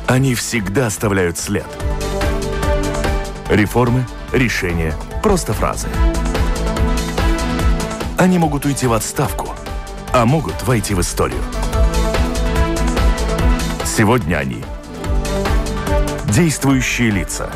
Они всегда оставляют след. Реформы, решения, просто фразы. Они могут уйти в отставку, а могут войти в историю. Сегодня они – действующие лица.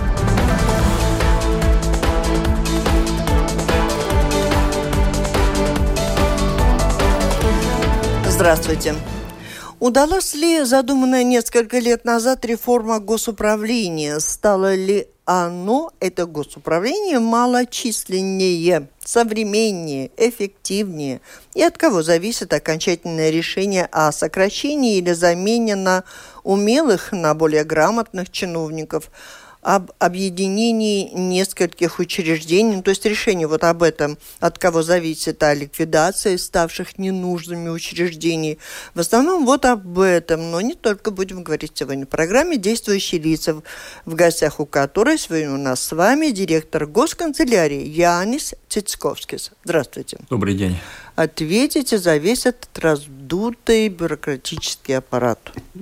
Здравствуйте. Удалась ли задуманная несколько лет назад реформа госуправления? Стало ли это госуправление, малочисленнее, современнее, эффективнее? И от кого зависит окончательное решение о сокращении или замене на умелых, на более грамотных чиновников, об объединении нескольких учреждений, то есть решение вот об этом, от кого зависит о ликвидации ставших ненужными учреждений. В основном вот об этом, но не только будем говорить сегодня в программе «Действующие лица», в гостях у которой сегодня у нас с вами директор госканцелярии Янис Цицковскис. Здравствуйте. Добрый день. Ответите за весь этот раздутый бюрократический аппарат.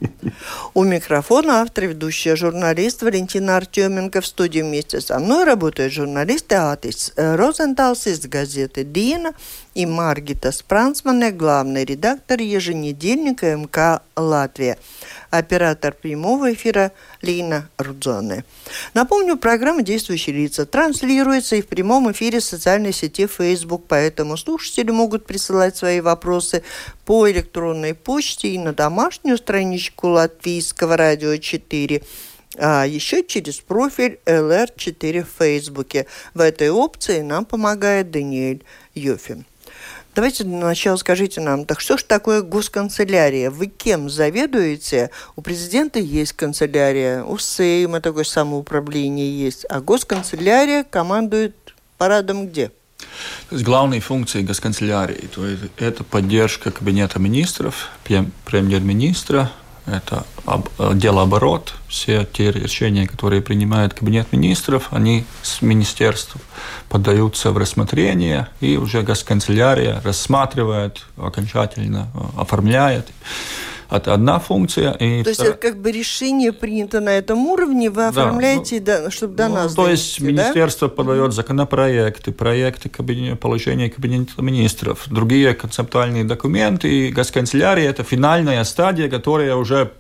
У микрофона автор, ведущая журналист Валентина Артеменко. В студии вместе со мной работают журналисты Атис Розенталс из газеты «Диена» и Маргита Спрансмане, главный редактор еженедельника МК «Латвия». Оператор прямого эфира Лина Рудзоне. Напомню, программа «Действующие лица» транслируется и в прямом эфире в социальной сети Facebook, поэтому слушатели могут присылать свои вопросы по электронной почте и на домашнюю страничку Латвийского радио 4, а еще через профиль LR4 в Фейсбуке. В этой опции нам помогает Даниэль Йофин. Давайте для начала скажите нам, так что же такое госканцелярия? Вы кем заведуете? У президента есть канцелярия, у Сейма такое самоуправление есть, а госканцелярия командует парадом где? То есть главные функции госканцелярии, то есть это поддержка кабинета министров, премьер-министра, это делооборот, все те решения, которые принимает кабинет министров, они с министерств поддаются в рассмотрение, и уже госканцелярия рассматривает, окончательно оформляет. Это одна функция. И то есть это как бы решение принято на этом уровне, вы оформляете, чтобы до нас то есть министерство подает законопроекты, проекты получения кабинета министров, другие концептуальные документы, и госканцелярия – это финальная стадия, которая уже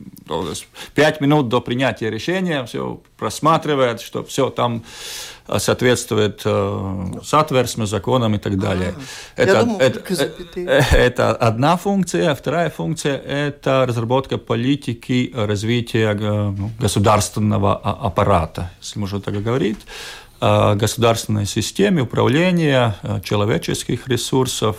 5 минут до принятия решения все просматривает, что все там соответствует сатверсме, законам и так далее. Это одна функция. Вторая функция – это разработка политики развития государственного аппарата, если можно так говорить, государственной системе управления человеческих ресурсов.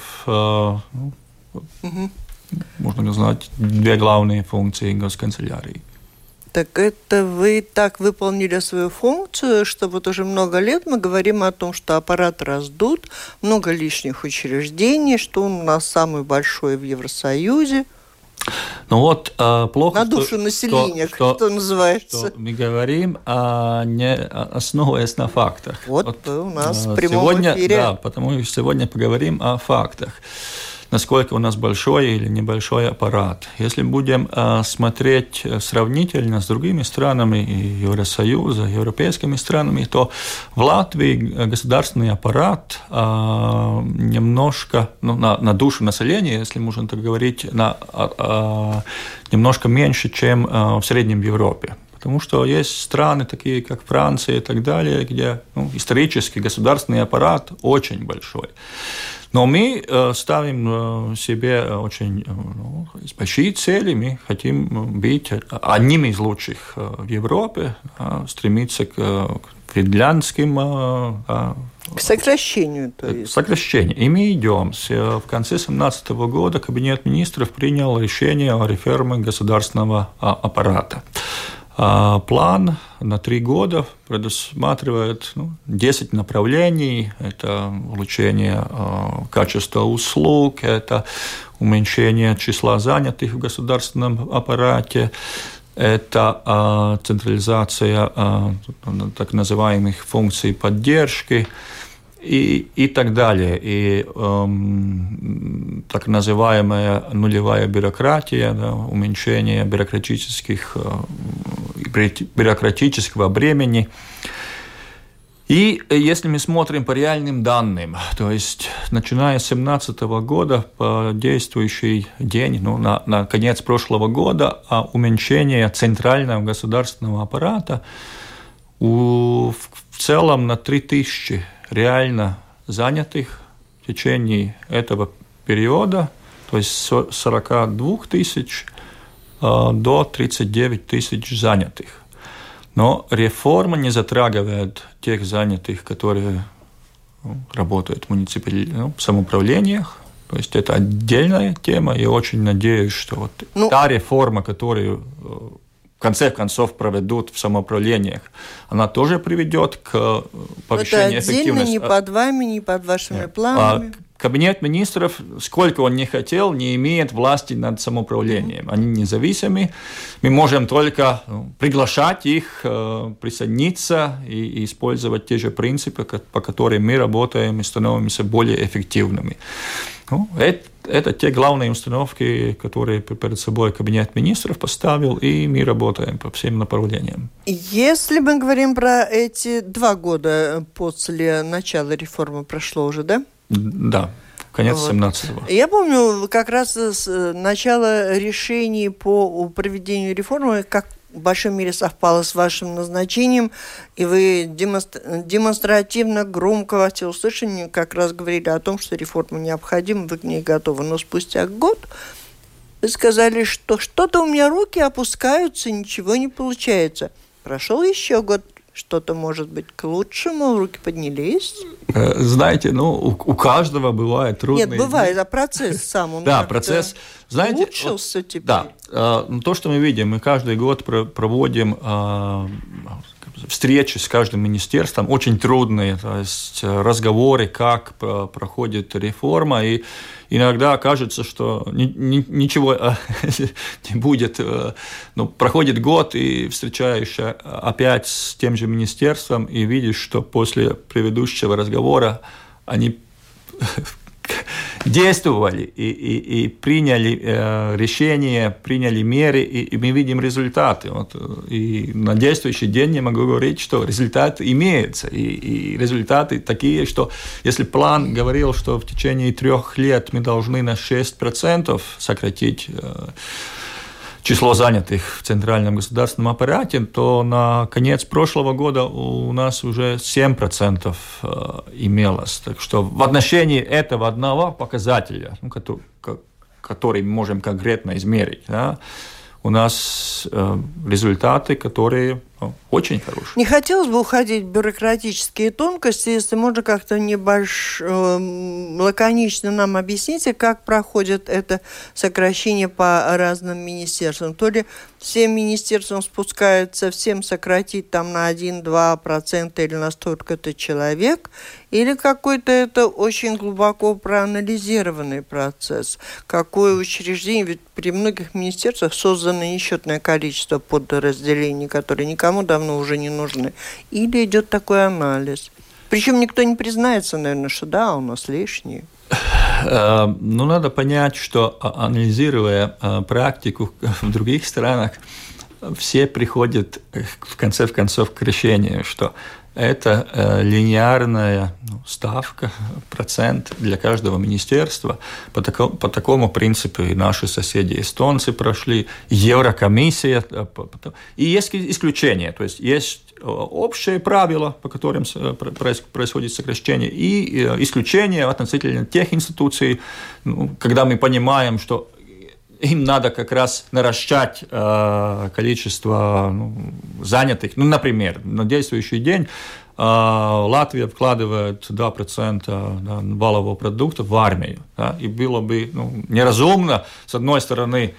Можно назвать две главные функции госканцелярии. Так это вы так выполнили свою функцию, что вот уже много лет мы говорим о том, что аппарат раздут, много лишних учреждений, что он у нас самый большой в Евросоюзе. Ну вот плохо, на душу населения, что называется. Что мы говорим, не основываясь на фактах. Вот у нас в прямом эфире. Да, потому что сегодня поговорим о фактах. Насколько у нас большой или небольшой аппарат. Если будем смотреть сравнительно с другими странами Евросоюза, европейскими странами, то в Латвии государственный аппарат немножко, на душу населения, если можно так говорить, немножко меньше, чем в среднем Европе. Потому что есть страны, такие как Франция и так далее, где исторически государственный аппарат очень большой. Но мы ставим себе очень большие цели, мы хотим быть одним из лучших в Европе, стремиться к финляндским... К сокращению, то есть. К сокращению. И мы идем. В конце 2017 года Кабинет министров принял решение о реформе государственного аппарата. План на 3 года предусматривает 10 направлений. Это улучшение качества услуг, это уменьшение числа занятых в государственном аппарате, это централизация так называемых функций поддержки и так далее. И так называемая нулевая бюрократия, уменьшение бюрократических бюрократического бремени. И если мы смотрим по реальным данным, то есть начиная с 2017 года по действующий день, на конец прошлого года, уменьшение центрального государственного аппарата в целом на 3000 реально занятых в течение этого периода, то есть с 42 тысяч до 39 тысяч занятых. Но реформа не затрагивает тех занятых, которые работают в самоуправлениях. То есть это отдельная тема, и очень надеюсь, что та реформа, которую в конце концов проведут в самоуправлениях, она тоже приведет к повышению эффективности. Это отдельно, не под вами, не под вашими планами. Кабинет министров, сколько он не хотел, не имеет власти над самоуправлением. Они независимы. Мы можем только приглашать их присоединиться и использовать те же принципы, по которым мы работаем и становимся более эффективными. Это те главные установки, которые перед собой Кабинет министров поставил, и мы работаем по всем направлениям. Если мы говорим про эти 2 года после начала реформы, прошло уже, да? Да, конец 17-го. Я помню как раз с начала решений по проведению реформы, как в большой мере совпало с вашим назначением, и вы демонстративно громко во всеуслышание как раз говорили о том, что реформа необходима, вы к ней готовы. Но спустя год вы сказали, что что-то у меня руки опускаются, ничего не получается. Прошел еще год. Что-то, может быть, к лучшему, руки поднялись? Знаете, у каждого бывает трудные... Нет, бывает, а процесс сам, он процесс, знаете, улучшился теперь. Да, то, что мы видим, мы каждый год проводим встречи с каждым министерством, очень трудные, то есть разговоры, как проходит реформа, и иногда кажется, что ничего не будет. Проходит год, и встречаешься опять с тем же министерством, и видишь, что после предыдущего разговора они действовали и приняли решения, приняли меры, и мы видим результаты. И на действующий день я могу говорить, что результат имеется. И результаты такие, что если план говорил, что в течение 3 лет мы должны на 6% сократить число занятых в центральном государственном аппарате, то на конец прошлого года у нас уже 7% имелось. Так что в отношении этого одного показателя, который мы можем конкретно измерить, у нас результаты, которые очень хорошие. Не хотелось бы уходить в бюрократические тонкости, если можно как-то лаконично нам объясните, как проходит это сокращение по разным министерствам. То ли всем министерствам спускается всем сократить там на 1-2% или на столько-то человек, или какой-то это очень глубоко проанализированный процесс. Какое учреждение, ведь при многих министерствах создано несчетное количество подразделений, которые никому давно уже не нужны. Или идет такой анализ. Причем никто не признается, наверное, что да, у нас лишние. Надо понять, что, анализируя практику в других странах, все приходят в конце концов к решению, что это линейная ставка, процент для каждого министерства. По такому принципу и наши соседи эстонцы прошли, Еврокомиссия. И есть исключения, то есть есть общие правила, по которым происходит сокращение, и исключения относительно тех институций, когда мы понимаем, что им надо как раз наращать количество занятых. Например, на действующий день Латвия вкладывает 2% валового продукта в армию. Да, и было бы неразумно, с одной стороны,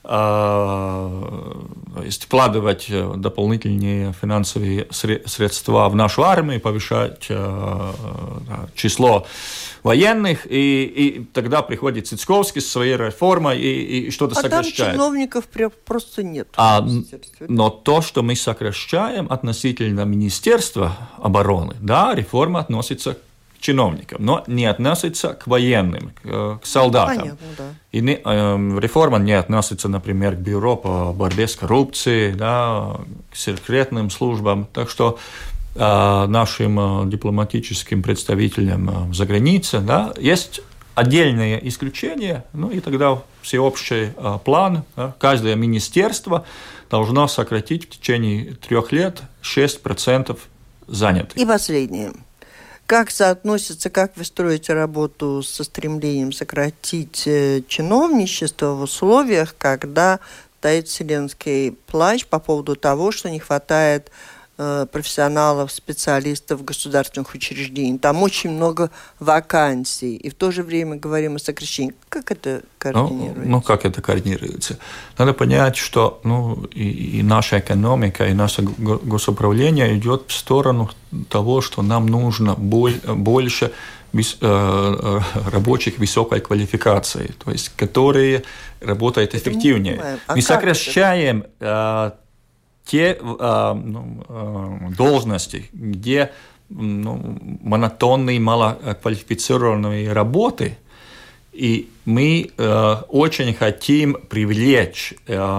вкладывать дополнительные финансовые средства в нашу армию, повышать число военных, и тогда приходит Цицковский со своей реформой и что-то сокращает. Там чиновников просто нет. Но то, что мы сокращаем относительно Министерства обороны, да, реформа относится к чиновникам, но не относится к военным, к солдатам. Понятно, да. И реформа не относится, например, к бюро по борьбе с коррупцией, да, к секретным службам. Так что нашим дипломатическим представителям за границей, да, есть отдельные исключения, и тогда всеобщий план, да, каждое министерство должно сократить в течение 3 лет 6% занятых. И последнее. Как соотносится, как вы строите работу со стремлением сократить чиновничество в условиях, когда стоит вселенский плач по поводу того, что не хватает профессионалов, специалистов государственных учреждений. Там очень много вакансий. И в то же время говорим о сокращении. Как это координируется? Как это координируется? Надо понять, что и наша экономика, и наше госуправление идет в сторону того, что нам нужно больше рабочих высокой квалификации, то есть которые работают эффективнее. Мы сокращаем те должности, где монотонные, малоквалифицированные работы, и мы очень хотим привлечь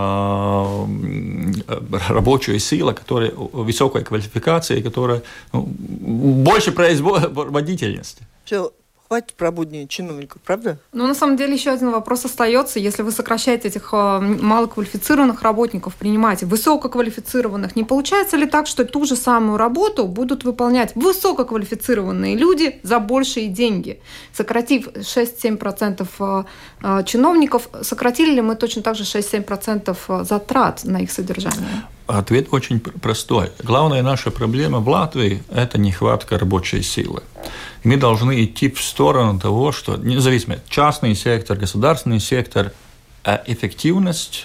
рабочую силу, которая высокой квалификации, которая больше производительности. Все. Хватит про будни чиновников, правда? На самом деле, еще один вопрос остается. Если вы сокращаете этих малоквалифицированных работников, принимаете высококвалифицированных, не получается ли так, что ту же самую работу будут выполнять высококвалифицированные люди за большие деньги? Сократив 6-7% чиновников, сократили ли мы точно так же 6-7% затрат на их содержание? Ответ очень простой. Главная наша проблема в Латвии – это нехватка рабочей силы. Мы должны идти в сторону того, что, независимо, частный сектор, государственный сектор, эффективность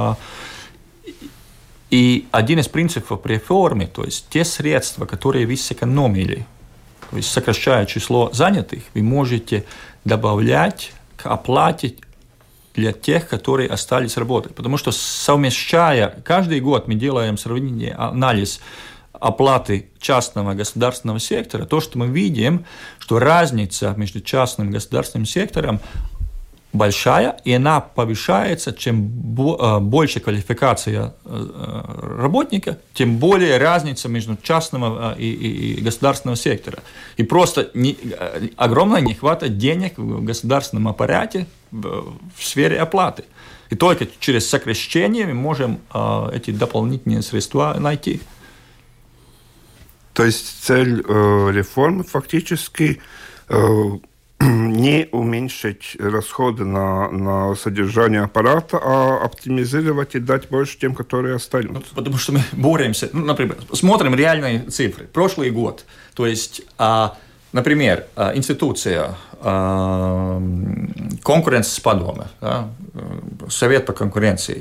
и один из принципов реформы, то есть те средства, которые вы сэкономили, то есть сокращая число занятых, вы можете добавлять к оплате для тех, которые остались работать. Потому что совмещая, каждый год мы делаем сравнение, анализ оплаты частного государственного сектора, то, что мы видим, что разница между частным и государственным сектором большая, и она повышается, чем больше квалификация работника, тем более разница между частным и государственным сектором. И просто огромная нехватка денег в государственном аппарате в сфере оплаты. И только через сокращение мы можем эти дополнительные средства найти. То есть цель реформы фактически не уменьшить расходы на содержание аппарата, а оптимизировать и дать больше тем, которые останутся. Потому что мы боремся. Например, смотрим реальные цифры. Прошлый год. То есть, например, институция конкуренцпадома, да, Совет по конкуренции.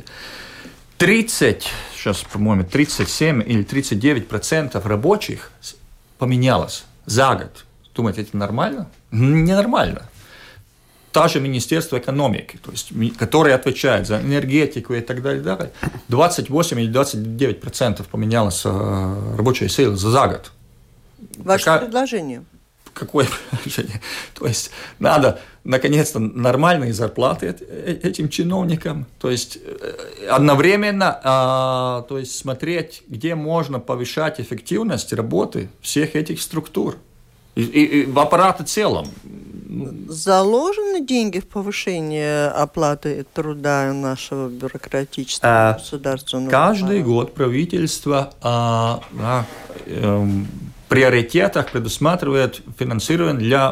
37 или 39% рабочих поменялось за год. Думаете, это нормально? Ненормально. Та же Министерство экономики, то есть, которое отвечает за энергетику и так далее, 28 или 29% поменялось рабочая сила за год. Ваше предложение? Какое предложение? То есть надо, наконец-то, нормальные зарплаты этим чиновникам, то есть одновременно то есть смотреть, где можно повышать эффективность работы всех этих структур и в аппарате в целом. Заложены деньги в повышение оплаты труда нашего бюрократического государственного Каждый год правительство в приоритетах предусматривает финансирование для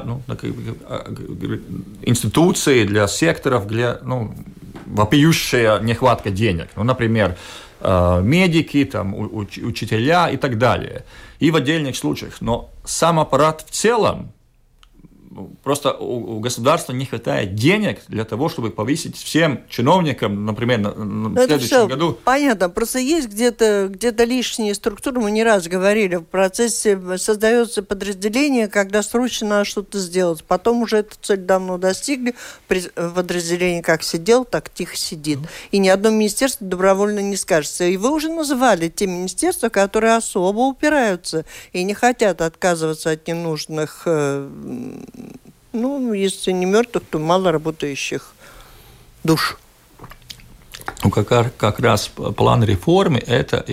институций, для секторов, для вопиющая нехватка денег. Например, медики, учителя и так далее. И в отдельных случаях. Но сам аппарат в целом просто у государства не хватает денег для того, чтобы повысить всем чиновникам, например, в следующем году. Понятно, просто есть где-то лишние структуры, мы не раз говорили, в процессе создается подразделение, когда срочно надо что-то сделать. Потом уже эту цель давно достигли, подразделение как сидел, так тихо сидит. И ни одно министерство добровольно не скажется. И вы уже называли те министерства, которые особо упираются и не хотят отказываться от ненужных, если не мертвых, то мало работающих душ. Как раз план реформы – это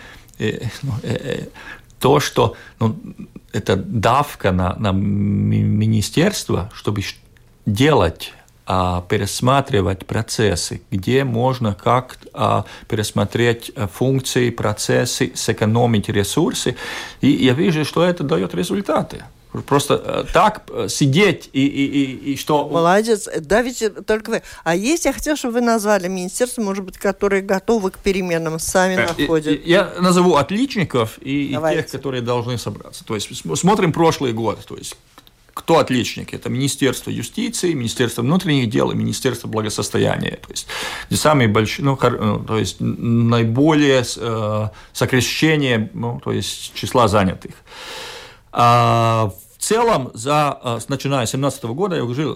то, что это давка на министерство, чтобы делать, пересматривать процессы, где можно как пересмотреть функции, процессы, сэкономить ресурсы. И я вижу, что это дает результаты. Просто так сидеть и что... Молодец. Да, ведь только вы. А есть, я хотела, чтобы вы назвали министерство, может быть, которые готовы к переменам, сами находят. Я назову отличников и тех, которые должны собраться. То есть смотрим прошлый год. То есть кто отличники? Это Министерство юстиции, Министерство внутренних дел и Министерство благосостояния. То есть самые большие, то есть наиболее сокращение, то есть числа занятых. В целом, начиная с 2017 года, я говорил,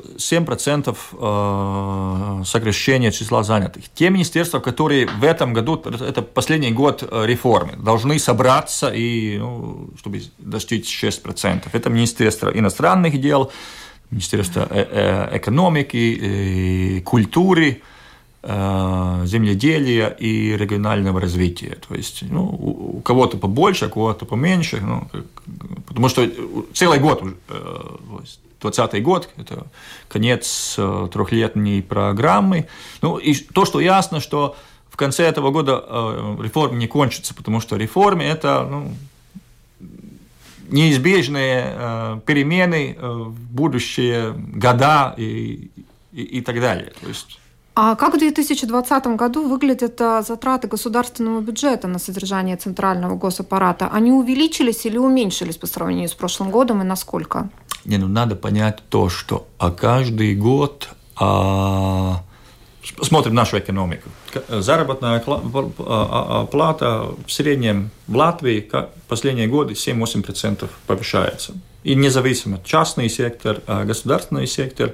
7% сокращения числа занятых. Те министерства, которые в этом году, это последний год реформы, должны собраться, чтобы достичь 6%. Это Министерство иностранных дел, Министерство экономики, культуры, земледелия и регионального развития. То есть у кого-то побольше, у кого-то поменьше. Потому что целый год, 2020 год, это конец трехлетней программы. И то, что ясно, что в конце этого года реформа не кончится, потому что реформы – это неизбежные перемены в будущие года и так далее. То есть... А как в 2020 году выглядят затраты государственного бюджета на содержание центрального госаппарата? Они увеличились или уменьшились по сравнению с прошлым годом и насколько? Надо понять то, что каждый год смотрим нашу экономику. Заработная плата в среднем в Латвии последние годы 7-8% повышается. И независимо частный сектор, государственный сектор.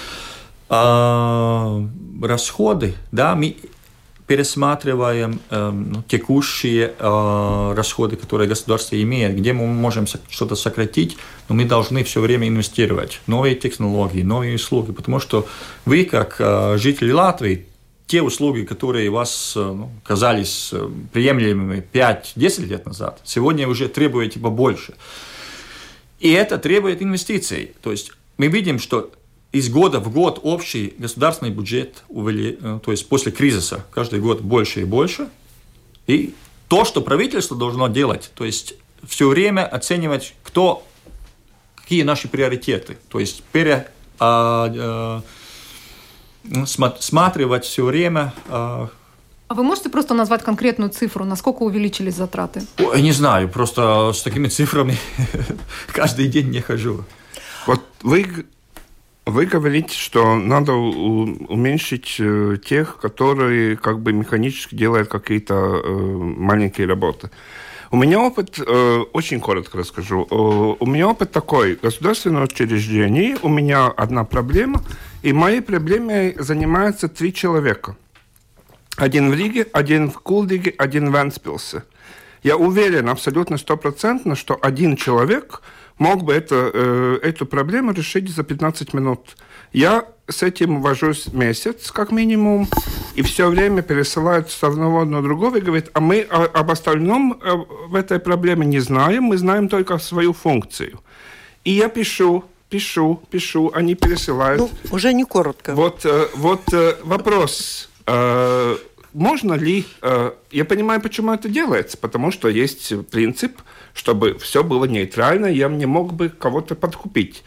Расходы, мы пересматриваем текущие расходы, которые государство имеет, где мы можем что-то сократить, но мы должны все время инвестировать в новые технологии, новые услуги, потому что вы, как жители Латвии, те услуги, которые у вас казались приемлемыми 5-10 лет назад, сегодня уже требуете побольше. И это требует инвестиций. То есть мы видим, что из года в год общий государственный бюджет, то есть после кризиса, каждый год больше и больше. И то, что правительство должно делать, то есть все время оценивать, какие наши приоритеты, то есть смотреть все время. А вы можете просто назвать конкретную цифру, насколько увеличились затраты? Я не знаю, просто с такими цифрами каждый день не хожу. Вот вы говорите, что надо уменьшить тех, которые как бы механически делают какие-то маленькие работы. У меня опыт, очень коротко расскажу, у меня опыт такой, государственное учреждение, у меня одна проблема, и моей проблемой занимаются 3 человека. Один в Риге, один в Кулдиге, один в Вентспилсе. Я уверен абсолютно 100%, что один человек мог бы эту проблему решить за 15 минут. Я с этим вожусь месяц, как минимум, и все время пересылают с одного на другого и говорят, а мы об остальном в этой проблеме не знаем, мы знаем только свою функцию. И я пишу, они пересылают. Уже не коротко. Вот вопрос. Можно ли... Я понимаю, почему это делается, потому что есть принцип, чтобы все было нейтрально, я не мог бы кого-то подкупить.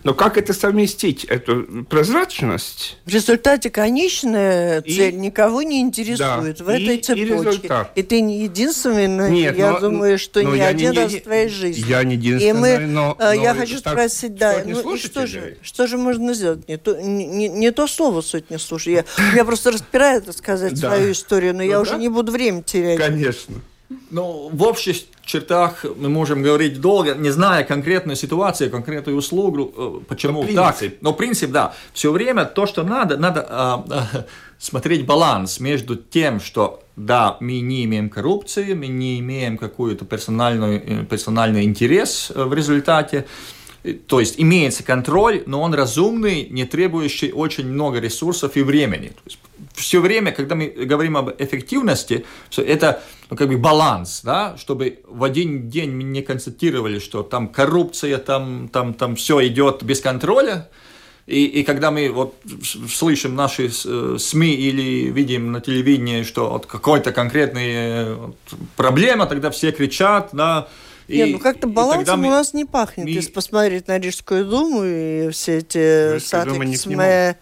Но как это совместить, эту прозрачность? В результате конечная цель никого не интересует в этой цепочке. И ты не единственный, Нет, я думаю, что не один раз в твоей жизни. Я не единственный, но я хочу спросить, да, ну и что же можно сделать? Не то слово суть не слушай. Я просто распирает рассказать свою историю, но я уже не буду время терять. Конечно. Ну, в общих чертах мы можем говорить долго, не зная конкретной ситуации, конкретную услугу, почему так. Но принцип, да, все время то, что надо смотреть баланс между тем, что, да, мы не имеем коррупции, мы не имеем какой-то персональный интерес в результате. То есть имеется контроль, но он разумный, не требующий очень много ресурсов и времени. То есть все время, когда мы говорим об эффективности, это баланс, да, чтобы в один день мы не констатировали, что там коррупция, там все идет без контроля. И когда мы вот слышим наши СМИ или видим на телевидении, что вот какой-то конкретная проблема, тогда все кричат, да. Как-то балансом у нас не пахнет, если посмотреть на Рижскую думу и все эти соответственно.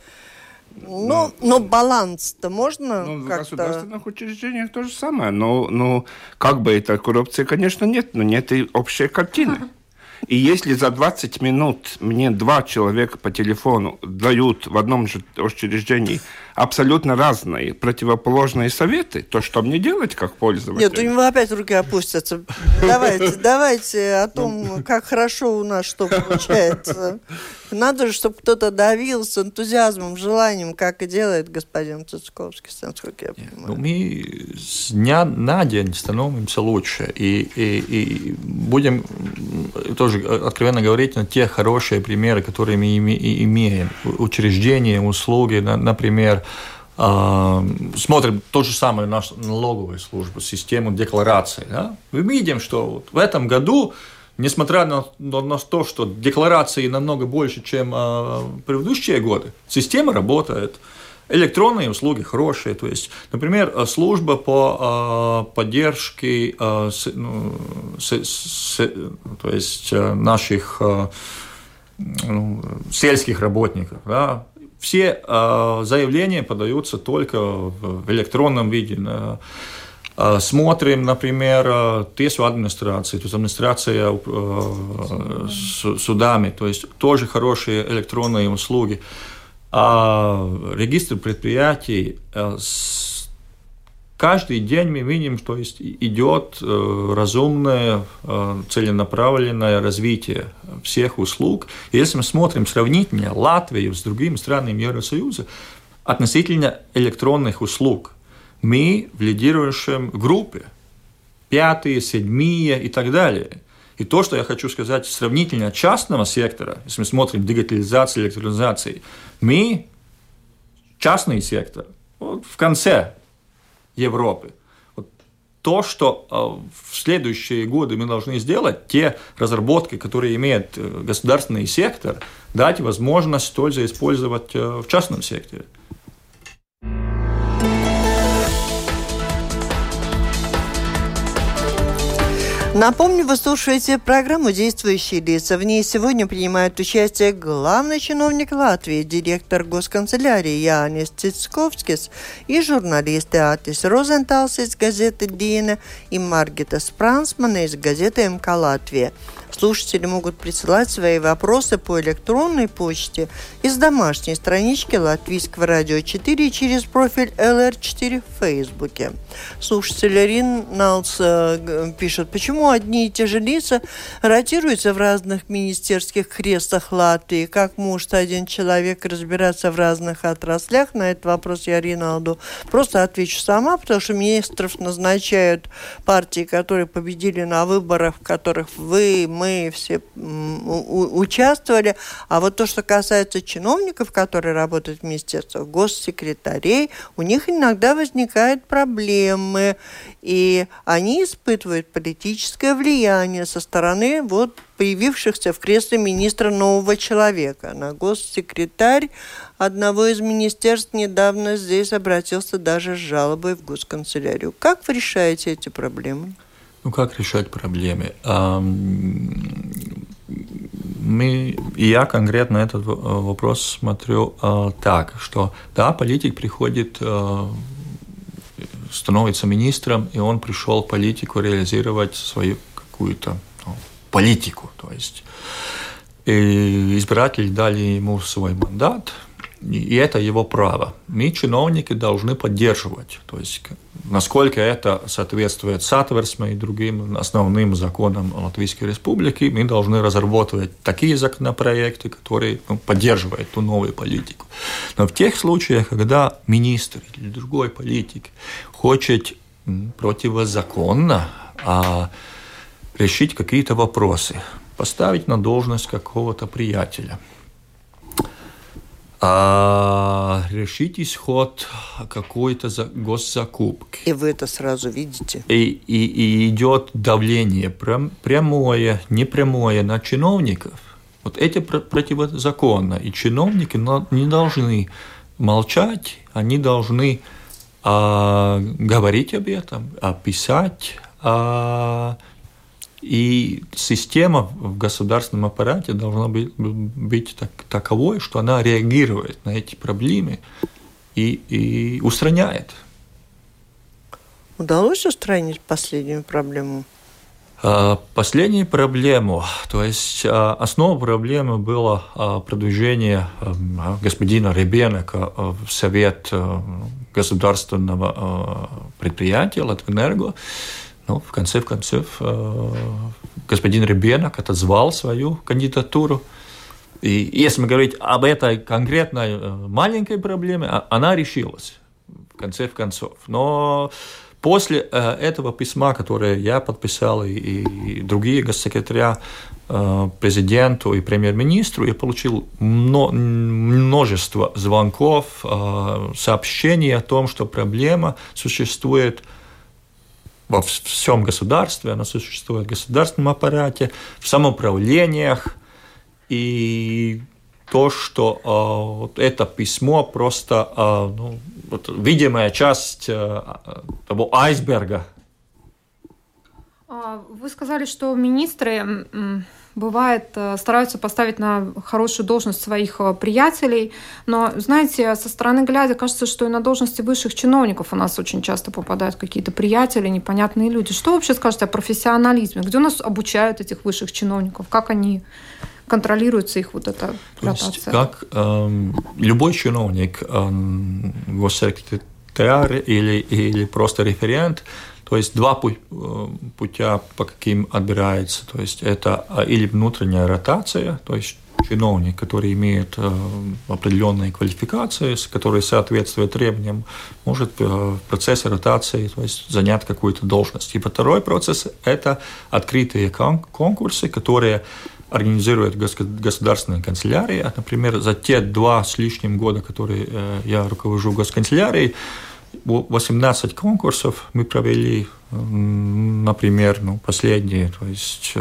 Но баланс-то можно в как-то... В государственных учреждениях то же самое. Но как бы это коррупции, конечно, нет, но нет и общей картины. И если за 20 минут мне 2 человека по телефону дают в одном же учреждении абсолютно разные противоположные советы, то что мне делать как пользователь? Нет, у него опять руки опустятся. Давайте о том, как хорошо у нас что получается. Надо же, чтобы кто-то давил с энтузиазмом, желанием, как и делает господин Цицковский, насколько я понимаю. Мы с дня на день становимся лучше. И будем тоже откровенно говорить на те хорошие примеры, которые мы имеем. Учреждения, услуги, например, смотрим то же самое нашу налоговую службу, систему деклараций. Да? Мы видим, что вот в этом году, несмотря на то, что декларации намного больше, чем в предыдущие годы, система работает, электронные услуги хорошие. То есть, например, служба по поддержке наших сельских работников, да? Все заявления подаются только в электронном виде. Смотрим, например, тесу администрации, то есть администрация судами, то есть тоже хорошие электронные услуги. Регистр предприятий, каждый день мы видим, что идет разумное, целенаправленное развитие всех услуг. И если мы смотрим сравнительно Латвию с другими странами Евросоюза относительно электронных услуг, мы в лидирующем группе, 5-е, 7-е и так далее. И то, что я хочу сказать, сравнительно частного сектора, если мы смотрим дигитализацию, электронизацию, мы, частный сектор, вот в конце Европы. Вот то, что в следующие годы мы должны сделать, те разработки, которые имеет государственный сектор, дать возможность тоже использовать в частном секторе. Напомню, вы слушаете программу «Действующие лица». В ней сегодня принимает участие главный чиновник Латвии, директор госканцелярии Jānis Citskovskis и журналисты Атис Розенталс из газеты «Диена» и Маргита Спрансмана из газеты МК «Латвия». Слушатели могут присылать свои вопросы по электронной почте из домашней странички Латвийского радио 4 через профиль LR4 в Фейсбуке. Слушатель Риналдс пишет, почему одни и те же лица ротируются в разных министерских креслах Латвии? Как может один человек разбираться в разных отраслях? На этот вопрос я Риналду просто отвечу сама, потому что министров назначают партии, которые победили на выборах, в которых мы все участвовали. А вот то, что касается чиновников, которые работают в министерствах, госсекретарей, у них иногда возникают проблемы, и они испытывают политическое влияние со стороны появившихся в кресле министра нового человека. На госсекретарь одного из министерств недавно здесь обратился даже с жалобой в госканцелярию. Как вы решаете эти проблемы? Как решать проблемы? Я конкретно этот вопрос смотрю так, что да, политик приходит, становится министром, и он пришел в политику реализировать свою какую-то политику. То есть избиратели дали ему свой мандат, и это его право. Мы, чиновники, должны поддерживать. То есть, насколько это соответствует Сатверсме и другим основным законам Латвийской Республики, мы должны разработать такие законопроекты, которые поддерживают ту новую политику. Но в тех случаях, когда министр или другой политик хочет противозаконно решить какие-то вопросы, поставить на должность какого-то приятеля, решить исход какой-то госзакупки. И вы это сразу видите. И идет давление прямое, непрямое на чиновников. Вот это противозаконно. И чиновники не должны молчать, они должны говорить об этом, писать. И система в государственном аппарате должна быть таковой, что она реагирует на эти проблемы и устраняет. Удалось устранить последнюю проблему? Последнюю проблему, то есть основа проблемы было продвижение господина Ребенека в Совет государственного предприятия Латвэнерго. Но в конце концов господин Ребенок отозвал свою кандидатуру. И если мы говорим об этой конкретной маленькой проблеме, она решилась в конце концов. Но после этого письма, которое я подписал, и другие госсекретаря президенту и премьер-министру, я получил множество звонков, сообщений о том, что проблема существует во всем государстве, она существует в государственном аппарате, в самоуправлениях, и то, что вот это письмо просто видимая часть того айсберга. Вы сказали, что министры бывает, стараются поставить на хорошую должность своих приятелей, но, знаете, со стороны глядя, кажется, что и на должности высших чиновников у нас очень часто попадают какие-то приятели, непонятные люди. Что вообще скажете о профессионализме? Где у нас обучают этих высших чиновников? Как они контролируется их вот эта ротация? Как любой чиновник, госсекретарь или просто референт, то есть два путя, по каким отбирается. То есть это или внутренняя ротация, то есть чиновник, который имеет определенные квалификации, которые соответствуют требованиям, может в процессе ротации, то есть занять какую-то должность. И второй процесс – это открытые конкурсы, которые организирует государственная канцелярия. Например, за те 2 с лишним года, которые я руковожу госканцелярией, 18 конкурсов мы провели, например, последние, то есть...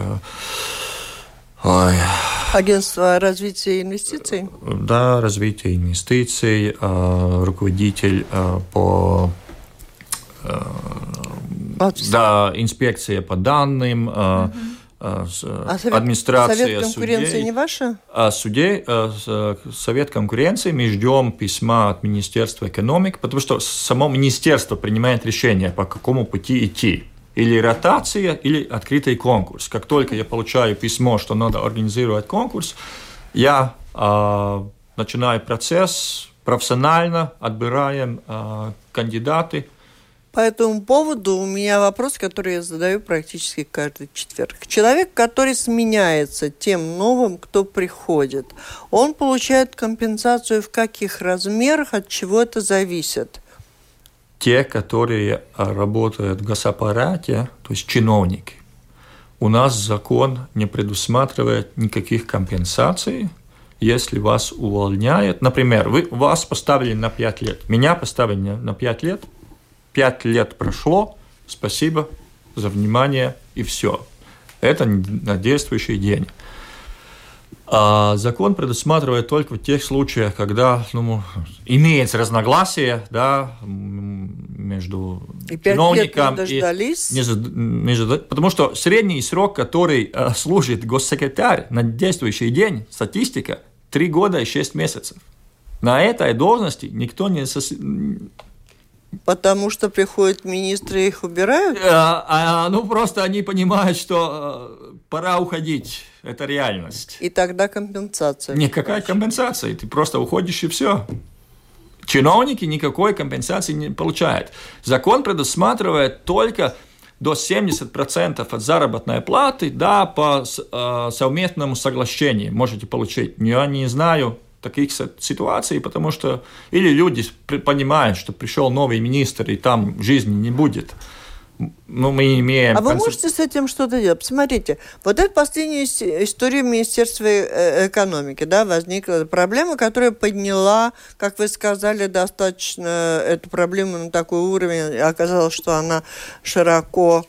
Агентство развития инвестиций? Да, развитие инвестиций, руководитель по... Да, инспекция по данным, администрация Совет конкуренции судей, не ваша? Совет конкуренции, мы ждем письма от Министерства экономики, потому что само министерство принимает решение, по какому пути идти. Или ротация, или открытый конкурс. Как только я получаю письмо, что надо организовать конкурс, я начинаю процесс, профессионально отбираем кандидаты. По этому поводу у меня вопрос, который я задаю практически каждый четверг. Человек, который сменяется тем новым, кто приходит, он получает компенсацию в каких размерах, от чего это зависит? Те, которые работают в госаппарате, то есть чиновники, у нас закон не предусматривает никаких компенсаций, если вас увольняют. Например, вас поставили на 5 лет, меня поставили на 5 лет, 5 лет прошло, спасибо за внимание и все. Это на действующий день. А закон предусматривает только в тех случаях, когда имеется разногласие, да, между И 5 лет не дождались? Потому что средний срок, который служит госсекретарь на действующий день, статистика, 3 года и 6 месяцев. На этой должности никто не... Потому что приходят министры и их убирают? Просто они понимают, что пора уходить. Это реальность. И тогда компенсация. Никакая компенсация. Ты просто уходишь и все. Чиновники никакой компенсации не получают. Закон предусматривает только до 70% от заработной платы, да, по совместному соглашению можете получить. Я не знаю таких ситуаций, потому что или люди понимают, что пришел новый министр, и там жизни не будет. Мы имеем... А вы можете с этим что-то делать? Посмотрите, вот это последняя история Министерства экономики, да, возникла проблема, которая подняла, как вы сказали, достаточно эту проблему на такой уровень, оказалось, что она широко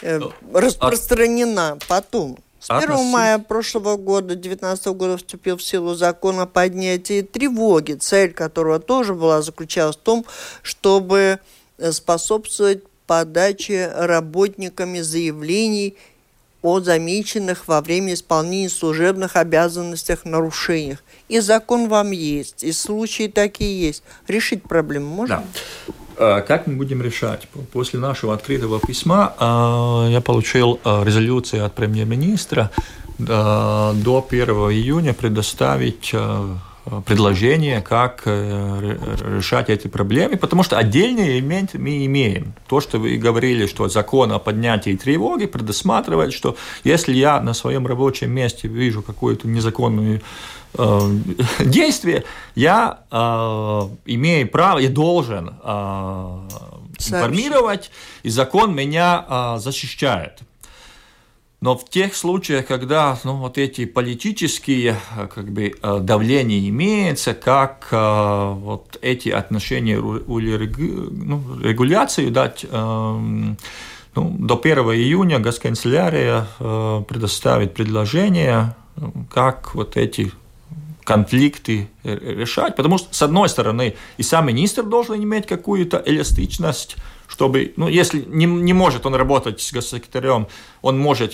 распространена потом. С 1 мая прошлого года, 2019 года, вступил в силу закон о поднятии тревоги, цель которого тоже заключалась в том, чтобы способствовать подаче работниками заявлений о замеченных во время исполнения служебных обязанностей нарушениях. И закон вам есть, и случаи такие есть. Решить проблему можно? Да. Как мы будем решать? После нашего открытого письма я получил резолюцию от премьер-министра до 1 июня предоставить предложение, как решать эти проблемы, потому что отдельный элемент мы имеем. То, что вы говорили, что закон о поднятии тревоги предусматривает, что если я на своем рабочем месте вижу какое-то незаконное действие, я имею право и должен информировать, и закон меня защищает. Но в тех случаях, когда эти политические давления имеются, как вот эти отношения регуляцию дать, до 1 июня госканцелярия предоставит предложение, как вот эти конфликты решать. Потому что, с одной стороны, и сам министр должен иметь какую-то эластичность, чтобы, если не может он работать с госсекретарем, он может,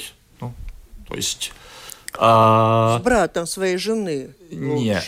с братом своей жены. Нет.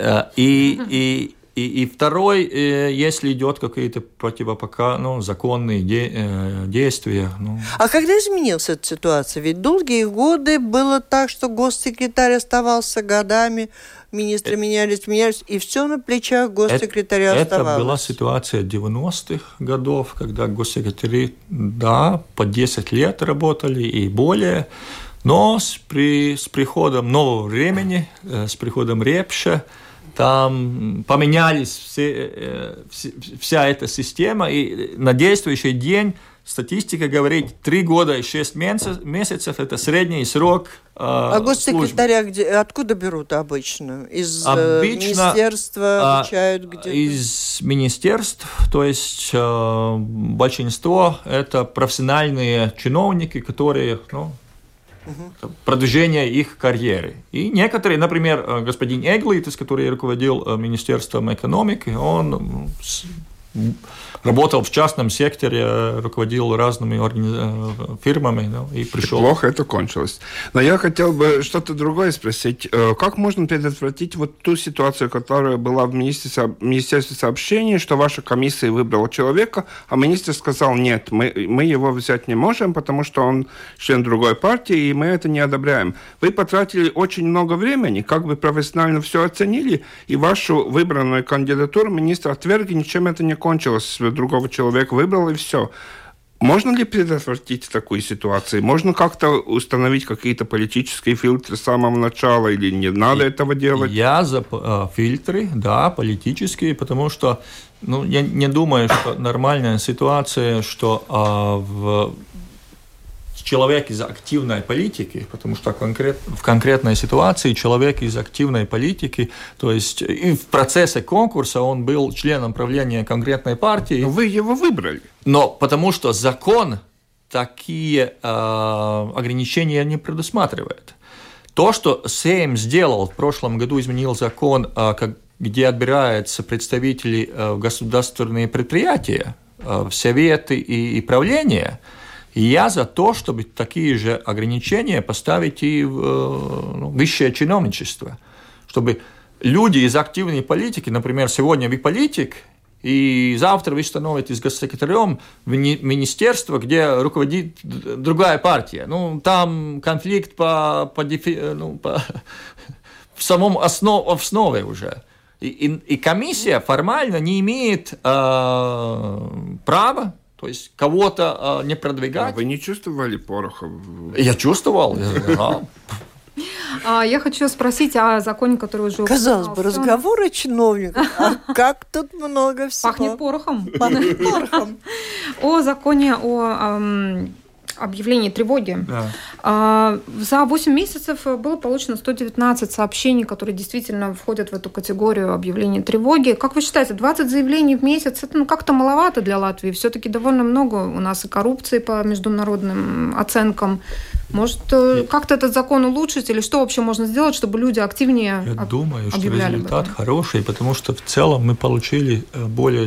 И второй, если идет какие-то законные действия. А когда изменилась эта ситуация? Ведь долгие годы было так, что госсекретарь оставался годами, министры менялись, и все на плечах госсекретаря оставалось. Это была ситуация 90-х годов, когда госсекретари, по 10 лет работали и более, но с приходом нового времени, с приходом Репша, там поменялись вся эта система, и на действующий день статистика говорит 3 года и 6 месяцев – это средний срок А госсекретаря откуда берут обычно? Из министерства обучают где-то? Из министерств, то есть большинство – это профессиональные чиновники, которые… продвижение их карьеры. И некоторые, например, господин Эглитис, который руководил Министерством экономики, он работал в частном секторе, руководил разными фирмами, и пришел. Плохо это кончилось. Но я хотел бы что-то другое спросить. Как можно предотвратить вот ту ситуацию, которая была в Министерстве сообщений, что ваша комиссия выбрала человека, а министр сказал, нет, мы его взять не можем, потому что он член другой партии, и мы это не одобряем. Вы потратили очень много времени, как бы профессионально все оценили, и вашу выбранную кандидатуру министр отверг, и ничем это не кончилось. Другого человека выбрал, и все. Можно ли предотвратить такую ситуацию? Можно как-то установить какие-то политические фильтры с самого начала, или не надо этого делать? Я за фильтры, политические, потому что я не думаю, что нормальная ситуация, что человек из активной политики, потому что в конкретной ситуации человек из активной политики, то есть и в процессе конкурса он был членом правления конкретной партии. Но вы его выбрали. Но потому что закон такие ограничения не предусматривает. То, что Сейм сделал в прошлом году, изменил закон, где отбираются представители в государственные предприятия, в советы и правление. И я за то, чтобы такие же ограничения поставить и в высшее чиновничество. Чтобы люди из активной политики, например, сегодня вы политик, и завтра вы становитесь госсекретарем в министерство, где руководит другая партия. Там конфликт в самом основе уже. И комиссия формально не имеет права, то есть кого-то не продвигать. Вы не чувствовали пороха? Я чувствовал. Я хочу спросить о законе, который уже... Казалось бы, разговоры чиновников, а как тут много всего. Пахнет порохом. Пахнет порохом. О законе о объявлении тревоги. Да. За 8 месяцев было получено 119 сообщений, которые действительно входят в эту категорию объявления тревоги. Как вы считаете, 20 заявлений в месяц, это как-то маловато для Латвии? Все-таки довольно много у нас и коррупции по международным оценкам. Может, как-то этот закон улучшить, или что вообще можно сделать, чтобы люди активнее объявляли? Я думаю, что результат хороший, потому что в целом мы получили более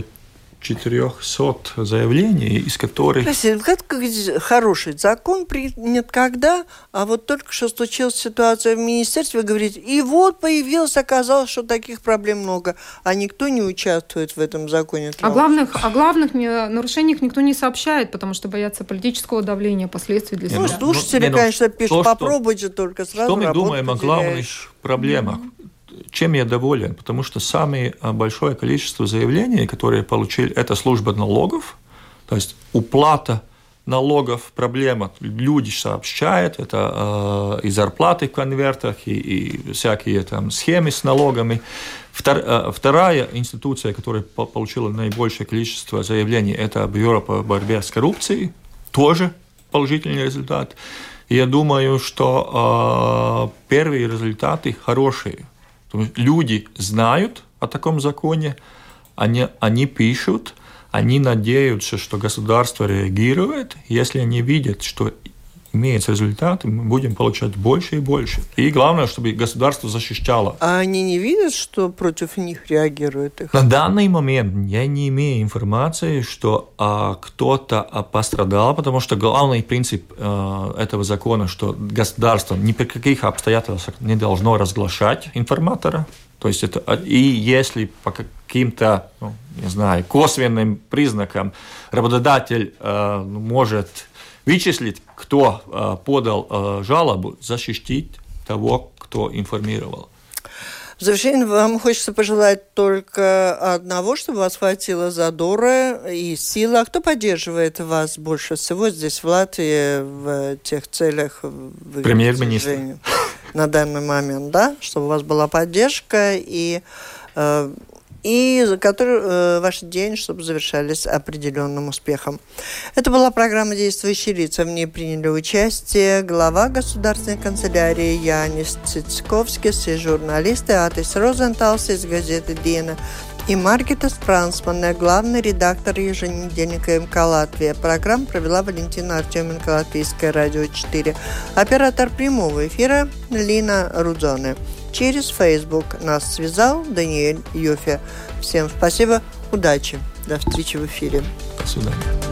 400 заявлений, из которых... Простите, как хороший закон принят когда, а вот только что случилась ситуация в министерстве, вы говорите, и вот появилось, оказалось, что таких проблем много, а никто не участвует в этом законе. О главных нарушениях никто не сообщает, потому что боятся политического давления, последствий для себя. Слушатели, конечно, пишут, попробуйте только сразу. Что мы думаем о главных проблемах? Чем я доволен? Потому что самое большое количество заявлений, которые получили, это служба налогов, то есть уплата налогов, проблема. Люди сообщают, это и зарплаты в конвертах, и всякие там схемы с налогами. Вторая институция, которая получила наибольшее количество заявлений, это Бюро по борьбе с коррупцией, тоже положительный результат. И я думаю, что первые результаты хорошие. Люди знают о таком законе, они пишут, они надеются, что государство реагирует. Если они видят, что имеется результат, мы будем получать больше и больше. И главное, чтобы государство защищало. А они не видят, что против них реагирует их? На данный момент я не имею информации, что кто-то пострадал, потому что главный принцип этого закона, что государство ни при каких обстоятельствах не должно разглашать информатора. То есть и если по каким-то, косвенным признакам работодатель может вычислить, кто подал жалобу, защитить того, кто информировал. В завершение вам хочется пожелать только одного, чтобы вас хватило задора и силы. А кто поддерживает вас больше всего здесь, в Латвии, в тех целях? Премьер-министр. На данный момент, да? Чтобы у вас была поддержка и за которую ваши деяния, чтобы завершались определенным успехом. Это была программа «Действующие лица». В ней приняли участие глава государственной канцелярии Янис Цицковскис и журналисты Атис Розенталс из газеты «Диена» и Маргита Спрансман, главный редактор еженедельника МК «Латвия». Программу провела Валентина Артеменко, Латвийское радио 4. Оператор прямого эфира Лина Рудзоне. Через Facebook нас связал Даниэль Йофе. Всем спасибо, удачи, до встречи в эфире. До свидания.